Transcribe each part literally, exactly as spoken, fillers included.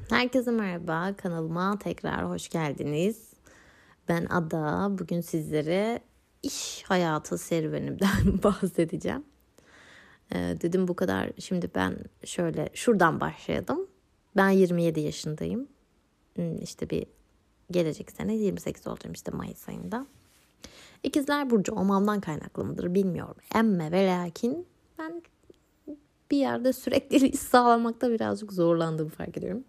Herkese merhaba, kanalıma tekrar hoş geldiniz. Ben Ada, bugün sizlere iş hayatı serüvenimden bahsedeceğim. Ee, dedim bu kadar, şimdi ben şöyle şuradan başlayalım. Ben yirmi yedi yaşındayım. Hmm, İşte bir gelecek sene yirmi sekiz olacağım işte Mayıs ayında. İkizler Burcu olmamdan kaynaklı mıdır bilmiyorum. Emme ve lakin ben bir yerde sürekli iş sağlamakta birazcık zorlandığımı fark ediyorum.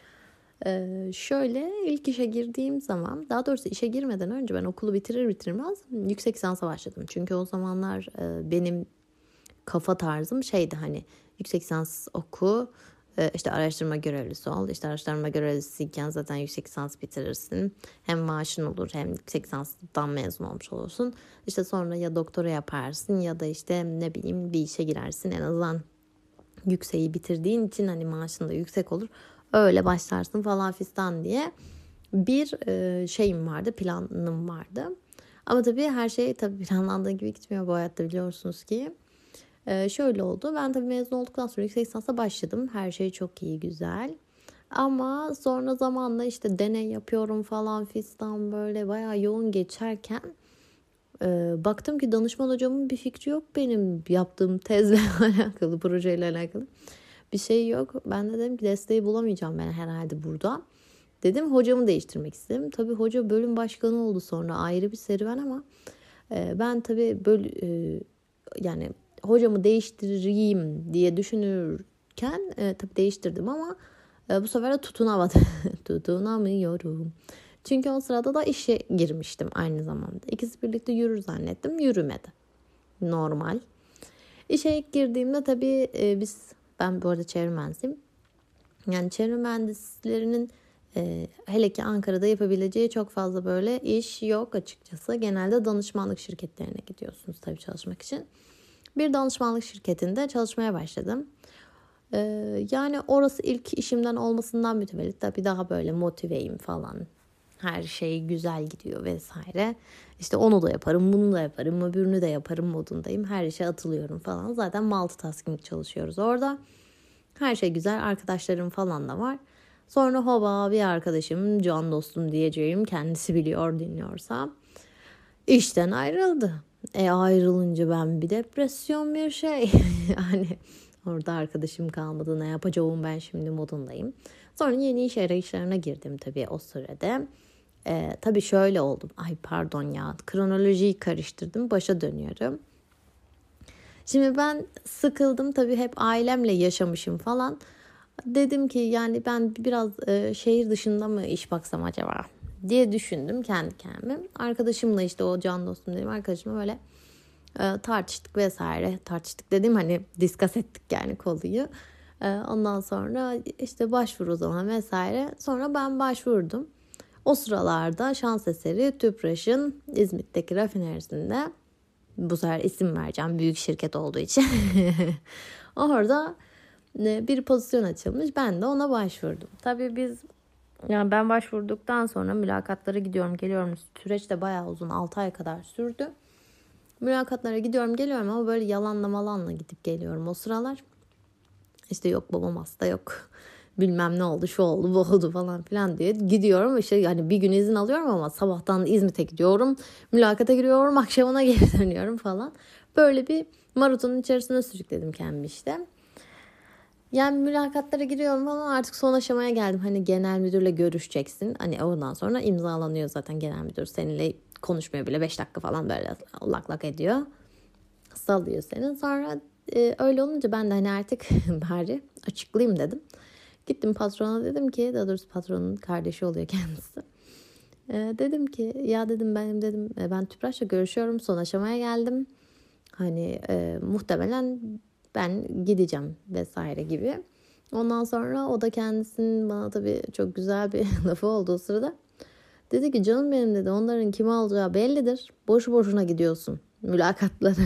Ee, şöyle ilk işe girdiğim zaman, daha doğrusu işe girmeden önce ben okulu bitirir bitirmez yüksek lisansa başladım. Çünkü o zamanlar e, benim kafa tarzım şeydi, hani yüksek lisans oku, e, işte araştırma görevlisi ol. İşte araştırma görevlisiyken zaten yüksek lisans bitirirsin. Hem maaşın olur hem yüksek lisanstan mezun olmuş olursun. İşte sonra ya doktora yaparsın ya da işte ne bileyim bir işe girersin. En azından yükseği bitirdiğin için hani maaşın da yüksek olur. Öyle başlarsın falan fistan diye bir e, şeyim vardı, planım vardı. Ama tabii her şey tabii planlandığı gibi gitmiyor bu hayatta, biliyorsunuz ki. E, şöyle oldu. Ben tabii mezun olduktan sonra yüksek lisansa başladım. Her şey çok iyi, güzel. Ama sonra zamanla işte deney yapıyorum falan fistan, böyle bayağı yoğun geçerken e, baktım ki danışman hocamın bir fikri yok benim yaptığım tezle alakalı, projeyle alakalı. Bir şey yok. Ben de dedim ki desteği bulamayacağım ben herhalde burada. Dedim hocamı değiştirmek istedim. Tabii hoca bölüm başkanı oldu sonra, ayrı bir serüven ama e, ben tabii böyle e, yani hocamı değiştireyim diye düşünürken e, tabii değiştirdim ama e, bu sefer de tutunamadım. Tutunamıyorum. Çünkü o sırada da işe girmiştim aynı zamanda. İkisi birlikte yürür zannettim. Yürümedi. Normal. İşe ilk girdiğimde tabii e, biz ben bu arada çevre mühendisiyim. Yani çevre mühendislerinin e, hele ki Ankara'da yapabileceği çok fazla böyle iş yok açıkçası. Genelde danışmanlık şirketlerine gidiyorsunuz tabii çalışmak için. Bir danışmanlık şirketinde çalışmaya başladım. E, yani orası ilk işimden olmasından mütevellit tabii daha böyle motiveyim falan. Her şey güzel gidiyor vesaire. İşte onu da yaparım, bunu da yaparım, öbürünü de yaparım modundayım. Her işe atılıyorum falan. Zaten multitasking çalışıyoruz orada. Her şey güzel. Arkadaşlarım falan da var. Sonra hoba bir arkadaşım, can dostum diyeceğim, kendisi biliyor dinliyorsa, işten ayrıldı. E ayrılınca ben bir depresyon bir şey. Yani orada arkadaşım kalmadı, ne yapacağım ben şimdi modundayım. Sonra yeni iş arayışlarına girdim tabii o sürede. Ee, tabii şöyle oldum. Ay pardon ya, kronolojiyi karıştırdım, başa dönüyorum. Şimdi ben sıkıldım tabii, hep ailemle yaşamışım falan. Dedim ki yani ben biraz e, şehir dışında mı iş baksam acaba diye düşündüm kendi kendime. Arkadaşımla, işte o can dostum dedim arkadaşımla böyle e, tartıştık vesaire. Tartıştık dedim, hani discuss ettik yani konuyu. E, ondan sonra işte başvur o zaman vesaire. Sonra ben başvurdum. O sıralarda şans eseri Tüpraş'ın İzmit'teki rafinerisinde, bu sefer isim vereceğim büyük şirket olduğu için, orada bir pozisyon açılmış. Ben de ona başvurdum. Tabii biz, yani ben başvurduktan sonra mülakatlara gidiyorum geliyorum. Süreç de bayağı uzun, altı ay kadar sürdü. Mülakatlara gidiyorum geliyorum ama böyle yalanla malanla gidip geliyorum o sıralar. İşte yok babam hasta, yok bilmem ne oldu, şu oldu bu oldu falan filan diye gidiyorum. İşte yani bir gün izin alıyorum ama sabahtan İzmit'e gidiyorum. Mülakata giriyorum, akşamına geri dönüyorum falan. Böyle bir maratonun içerisine sürükledim kendimi işte. Yani mülakatlara giriyorum falan, artık son aşamaya geldim. Hani genel müdürle görüşeceksin. Hani ondan sonra imzalanıyor zaten, genel müdür seninle konuşmuyor bile, beş dakika falan böyle lak lak ediyor. Salıyor seni. Sonra e, öyle olunca ben de hani artık bari açıklayayım dedim. Gittim patrona, dedim ki, daha doğrusu patronun kardeşi oluyor kendisi. E, dedim ki ya dedim benim dedim ben Tüpraş'la görüşüyorum, son aşamaya geldim. Hani e, muhtemelen ben gideceğim vesaire gibi. Ondan sonra o da kendisinin bana tabii çok güzel bir lafı oldu o sırada. Dedi ki canım benim dedi, onların kimi alacağı bellidir. Boşu boşuna gidiyorsun mülakatlara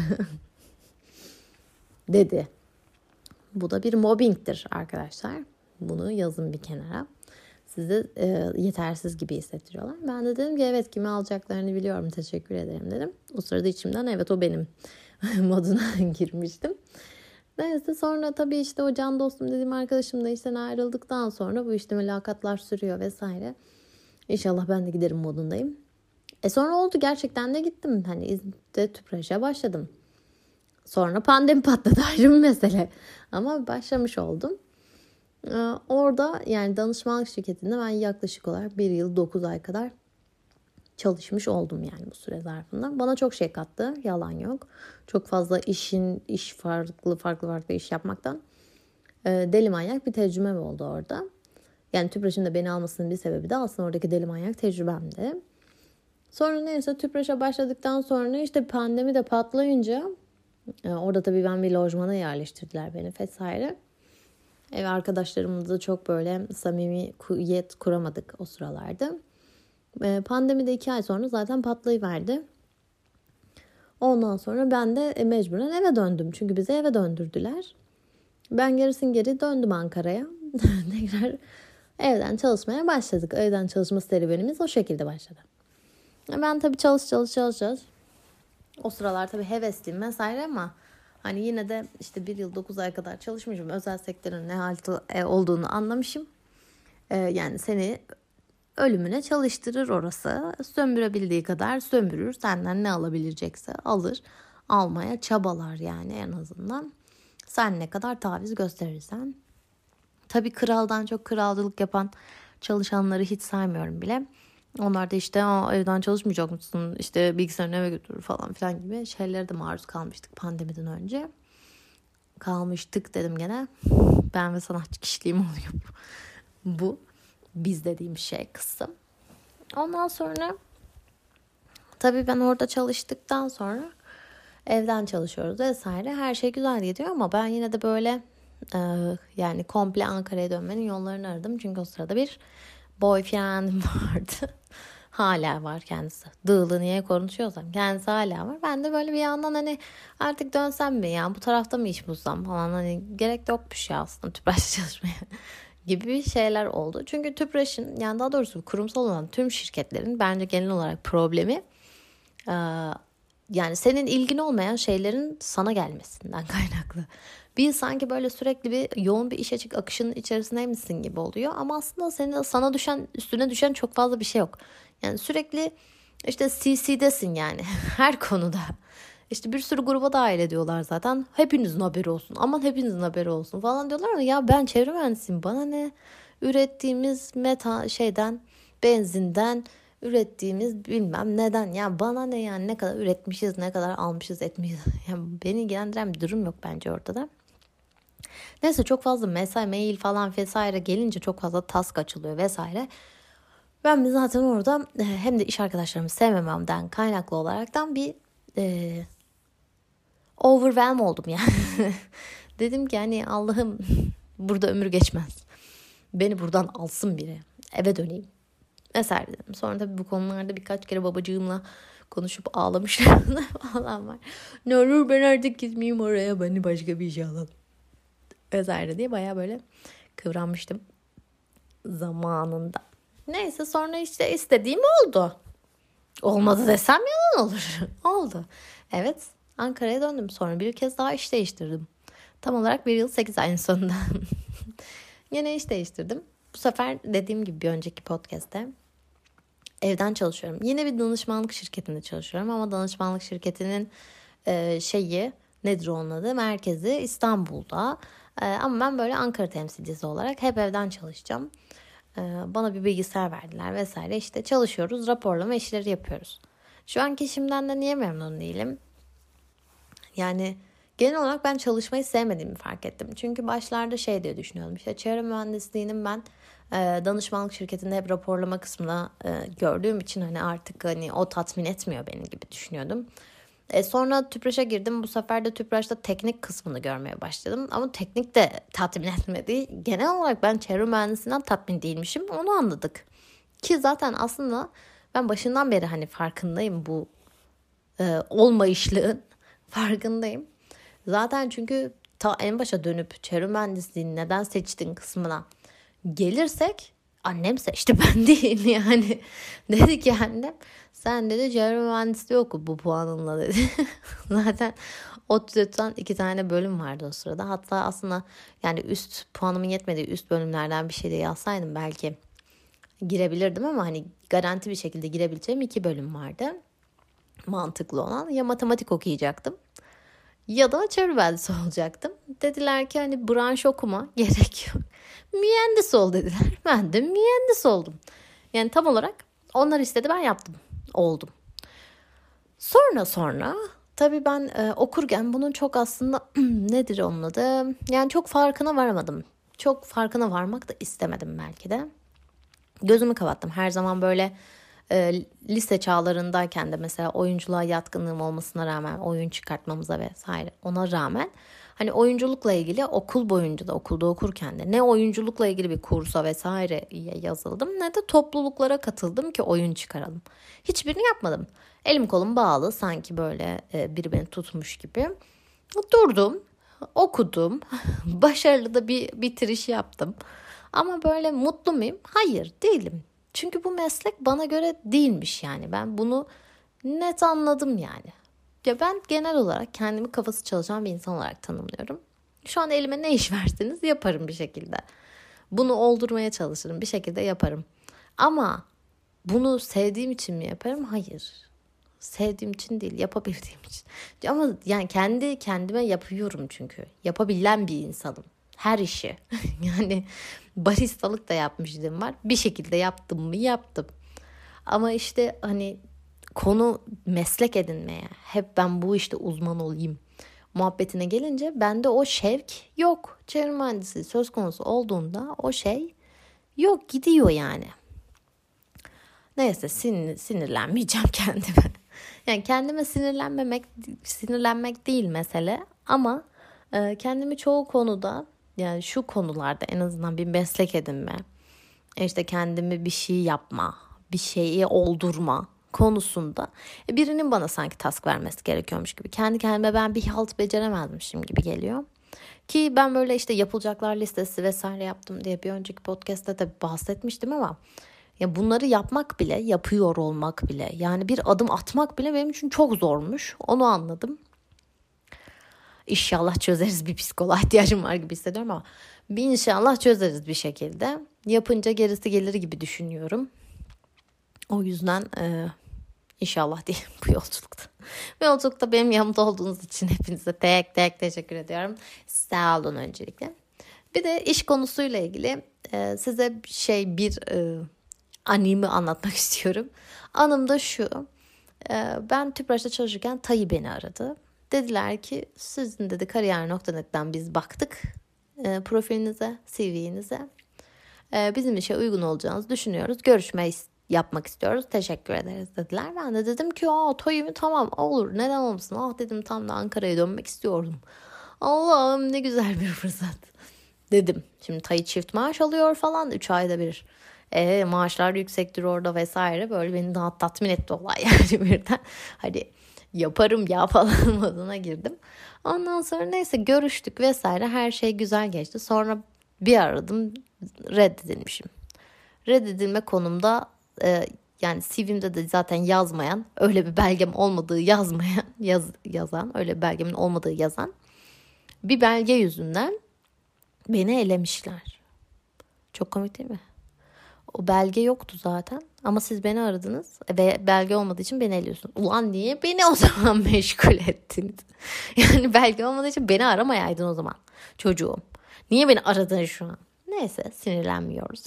dedi. Bu da bir mobbingtir arkadaşlar. Bunu yazın bir kenara. Sizi e, yetersiz gibi hissettiriyorlar. Ben de dedim ki evet, kimi alacaklarını biliyorum, teşekkür ederim dedim. O sırada içimden evet o benim moduna girmiştim. Neyse sonra tabii işte o can dostum dediğim arkadaşım da işten ayrıldıktan sonra bu işte mülakatlar sürüyor vesaire. İnşallah ben de giderim modundayım. E sonra oldu, gerçekten de gittim. Hani İzmit'te tüpraşa başladım. Sonra pandemi patladı, ayrı bir mesele. Ama başlamış oldum. Ee, orada yani danışmanlık şirketinde ben yaklaşık olarak bir yıl dokuz ay kadar çalışmış oldum yani bu süre zarfında. Bana çok şey kattı, yalan yok. Çok fazla işin iş farklı farklı farklı iş yapmaktan e, deli manyak bir tecrübem oldu orada. Yani tüpraşın da beni almasının bir sebebi de aslında oradaki deli manyak tecrübemdi. Sonra neyse tüpraşa başladıktan sonra işte pandemi de patlayınca e, orada tabii ben bir lojmana yerleştirdiler beni vesaire. Ev arkadaşlarımla da çok böyle samimiyet kuramadık o sıralarda. Pandemide iki ay sonra zaten patlayıverdi. Ondan sonra ben de mecburen eve döndüm. Çünkü bizi eve döndürdüler. Ben gerisin geri döndüm Ankara'ya. Tekrar evden çalışmaya başladık. Evden çalışma serüvenimiz o şekilde başladı. Ben tabii çalış çalış çalış çalış. O sıralar tabii hevesliyim vesaire ama hani yine de işte bir yıl dokuz ay kadar çalışmışım. Özel sektörün ne halde olduğunu anlamışım. Ee, yani seni ölümüne çalıştırır orası. Sömürebildiği kadar sömürür. Senden ne alabilecekse alır. Almaya çabalar yani en azından. Sen ne kadar taviz gösterirsen. Tabii kraldan çok kralcılık yapan çalışanları hiç saymıyorum bile. Onlar da işte evden çalışmayacak mısın? İşte bilgisayarını eve götürür falan filan gibi şeylere de maruz kalmıştık pandemiden önce. Kalmıştık dedim gene. Ben ve sanatçı kişiliğim oluyor bu. Biz dediğim şey kısım. Ondan sonra tabii ben orada çalıştıktan sonra evden çalışıyoruz vesaire. Her şey güzel gidiyor ama ben yine de böyle e, yani komple Ankara'ya dönmenin yollarını aradım. Çünkü o sırada bir boyfriendim vardı. Hala var kendisi. Dığlı niye konuşuyorsam kendisi hala var. Ben de böyle bir yandan hani artık dönsem mi ya, bu tarafta mı iş bulsam falan, hani gerek yokmuş ya aslında tüpraş çalışmaya gibi şeyler oldu. Çünkü tüpraşın yani daha doğrusu kurumsal olan tüm şirketlerin bence genel olarak problemi yani senin ilgin olmayan şeylerin sana gelmesinden kaynaklı. Bir sanki böyle sürekli bir yoğun bir iş açık akışının içerisindeymişsin gibi oluyor. Ama aslında senin sana düşen, üstüne düşen çok fazla bir şey yok. Yani sürekli işte C C'desin yani her konuda. İşte bir sürü gruba dahil ediyorlar zaten. Hepinizin haberi olsun. Aman hepinizin haberi olsun falan diyorlar ama ya ben çevre mühendisiyim. Bana ne? Ürettiğimiz meta şeyden, benzinden, ürettiğimiz bilmem neden. Ya bana ne yani, ne kadar üretmişiz, ne kadar almışız etmişiz. Yani beni ilgilendiren bir durum yok bence ortada. Neyse çok fazla mesai, mail falan vesaire gelince çok fazla task açılıyor vesaire. Ben de zaten orada hem de iş arkadaşlarımı sevmememden kaynaklı olaraktan bir e, overwhelm oldum yani. Dedim ki hani Allah'ım burada ömür geçmez. Beni buradan alsın biri. Eve döneyim. Vesaire dedim. Sonra tabii bu konularda birkaç kere babacığımla konuşup ağlamışlar falan var. Ne olur ben artık gitmeyeyim oraya. Beni başka bir işe alalım. Vesaire diye bayağı böyle kıvranmıştım zamanında. Neyse sonra işte istediğim oldu. Olmadı desem yalan olur. Oldu. Evet, Ankara'ya döndüm. Sonra bir kez daha iş değiştirdim. Tam olarak bir yıl sekiz ayın sonunda. Yine iş değiştirdim. Bu sefer dediğim gibi bir önceki podcast'te evden çalışıyorum. Yine bir danışmanlık şirketinde çalışıyorum ama danışmanlık şirketinin e, şeyi nedir onun adı? Merkezi İstanbul'da. E, ama ben böyle Ankara temsilcisi olarak hep evden çalışacağım. E, bana bir bilgisayar verdiler vesaire. İşte çalışıyoruz, raporlama işleri yapıyoruz. Şu anki işimden de niye memnun değilim? Yani genel olarak ben çalışmayı sevmediğimi fark ettim. Çünkü başlarda şey diye düşünüyordum. İşte çevre mühendisliğinin ben e, danışmanlık şirketinde hep raporlama kısmına e, gördüğüm için hani artık hani o tatmin etmiyor beni gibi düşünüyordum. E, sonra tüpraşa girdim. Bu sefer de tüpraşta teknik kısmını görmeye başladım. Ama teknik de tatmin etmedi. Genel olarak ben çevre mühendisinden tatmin değilmişim. Onu anladık. Ki zaten aslında ben başından beri hani farkındayım bu e, olmayışlığın. Farkındayım. Zaten çünkü ta en başa dönüp çevre mühendisliğini neden seçtin kısmına gelirsek annem seçti, ben değil yani. Dedi ki annem sen dedi çevre mühendisliği oku bu puanınla dedi. Zaten ODTÜ'den iki tane bölüm vardı o sırada. Hatta aslında yani üst puanımın yetmediği üst bölümlerden bir şey de yazsaydım belki girebilirdim ama hani garanti bir şekilde girebileceğim iki bölüm vardı. Mantıklı olan ya matematik okuyacaktım ya da çevre mühendisi olacaktım. Dediler ki hani branş okuma gerek yok. Mühendis ol dediler. Ben de mühendis oldum. Yani tam olarak onlar istedi, ben yaptım. Oldum. Sonra sonra tabii ben e, okurken bunun çok aslında nedir onun adı? Yani çok farkına varamadım. Çok farkına varmak da istemedim belki de. Gözümü kapattım. Her zaman böyle e, lise çağlarındayken de mesela oyunculuğa yatkınlığım olmasına rağmen, oyun çıkartmamıza vesaire ona rağmen hani oyunculukla ilgili okul boyunca da okulda okurken de ne oyunculukla ilgili bir kursa vesaire yazıldım ne de topluluklara katıldım ki oyun çıkaralım. Hiçbirini yapmadım. Elim kolum bağlı, sanki böyle e, biri beni tutmuş gibi. Durdum, okudum, başarılı da bir bitiriş yaptım. Ama böyle mutlu muyum? Hayır, değilim. Çünkü bu meslek bana göre değilmiş yani. Ben bunu net anladım yani. Ya ben genel olarak kendimi kafası çalışan bir insan olarak tanımlıyorum. Şu an elime ne iş verseniz yaparım bir şekilde. Bunu oldurmaya çalışırım, bir şekilde yaparım. Ama bunu sevdiğim için mi yaparım? Hayır. Sevdiğim için değil, yapabildiğim için. Ama yani kendi kendime yapıyorum çünkü. Yapabilen bir insanım. Her işi. Yani baristalık da yapmışlığım var. Bir şekilde yaptım mı yaptım. Ama işte hani konu meslek edinmeye, hep ben bu işte uzman olayım muhabbetine gelince bende o şevk yok. Çevre mühendisi söz konusu olduğunda o şey yok, gidiyor yani. Neyse sinir, sinirlenmeyeceğim kendime. Yani kendime sinirlenmemek, sinirlenmek değil mesele ama e, kendimi çoğu konuda, yani şu konularda en azından bir meslek edinme, işte kendimi bir şey yapma, bir şeyi oldurma konusunda birinin bana sanki task vermesi gerekiyormuş gibi. Kendi kendime ben bir halt beceremezmişim gibi geliyor. Ki ben böyle işte yapılacaklar listesi vesaire yaptım diye bir önceki podcast'ta da bahsetmiştim ama ya bunları yapmak bile, yapıyor olmak bile, yani bir adım atmak bile benim için çok zormuş. Onu anladım. İnşallah çözeriz, bir psikoloğa ihtiyacım var gibi hissediyorum ama bir inşallah çözeriz bir şekilde. Yapınca gerisi gelir gibi düşünüyorum. O yüzden e, inşallah değil bu yolculukta. Bu yolculukta benim yanımda olduğunuz için hepinize tek tek teşekkür ediyorum. Sağ olun öncelikle. Bir de iş konusuyla ilgili e, size şey bir e, anımı anlatmak istiyorum. Anım da şu. E, ben Tüpraş'ta çalışırken Tayi beni aradı. Dediler ki sizin dedi kariyer nokta net'ten biz baktık e, profilinize, C V'nize. E, bizim işe uygun olacağınızı düşünüyoruz. Görüşme yapmak istiyoruz. Teşekkür ederiz dediler. Ben de dedim ki aa Tayi mi, tamam olur, neden olmasın. Ah dedim, tam da Ankara'ya dönmek istiyordum. Allah'ım ne güzel bir fırsat dedim. Şimdi Tayi çift maaş alıyor falan üç ayda bir. E, maaşlar yüksektir orada vesaire, böyle beni daha tatmin etti olay yani birden. Hadi yaparım ya falan moduna girdim. Ondan sonra neyse görüştük vesaire, her şey güzel geçti. Sonra bir aradım, reddedilmişim. Reddedilme konumda e, yani C V'mde de zaten yazmayan, öyle bir belgem olmadığı yazmayan, yaz, yazan, öyle bir belgemin olmadığı yazan bir belge yüzünden beni elemişler. Çok komik değil mi? O belge yoktu zaten ama siz beni aradınız ve belge olmadığı için beni eliyorsunuz. Ulan niye beni o zaman meşgul ettiniz? Yani belge olmadığı için beni aramayaydın o zaman çocuğum. Niye beni aradın şu an? Neyse, sinirlenmiyoruz.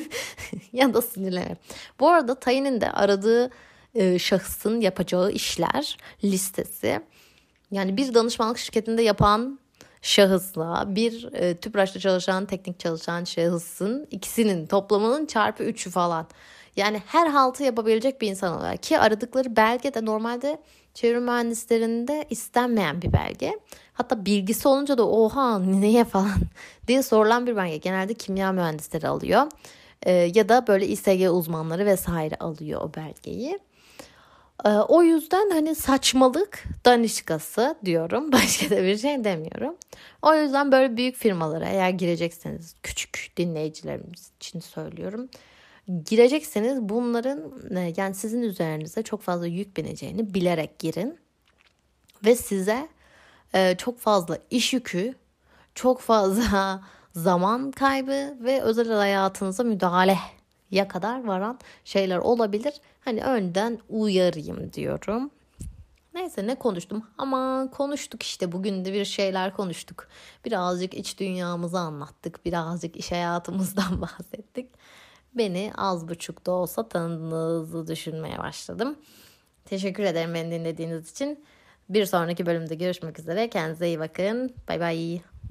Ya da sinirlenmiyorum. Bu arada Tayi'nin de aradığı e, şahsın yapacağı işler listesi. Yani bir danışmanlık şirketinde yapan şahısla bir e, Tüpraş'ta çalışan, teknik çalışan şahısın ikisinin toplamının çarpı üçü falan. Yani her haltı yapabilecek bir insan olarak, ki aradıkları belge de normalde çevre mühendislerinde istenmeyen bir belge. Hatta bilgisi olunca da oha neye falan diye sorulan bir belge. Genelde kimya mühendisleri alıyor e, ya da böyle İ S G uzmanları vesaire alıyor o belgeyi. O yüzden hani saçmalık daniskası diyorum. Başka da bir şey demiyorum. O yüzden böyle büyük firmalara eğer girecekseniz, küçük dinleyicilerimiz için söylüyorum. Girecekseniz bunların yani sizin üzerinize çok fazla yük bineceğini bilerek girin. Ve size Ee, çok fazla iş yükü, çok fazla zaman kaybı ve özel hayatınıza müdahaleye kadar varan şeyler olabilir. Hani önden uyarayım diyorum. Neyse, ne konuştum? Aman konuştuk işte, bugün de bir şeyler konuştuk. Birazcık iç dünyamızı anlattık. Birazcık iş hayatımızdan bahsettik. Beni az buçuk da olsa tanıdığınızı düşünmeye başladım. Teşekkür ederim beni dinlediğiniz için. Bir sonraki bölümde görüşmek üzere. Kendinize iyi bakın. Bay bay.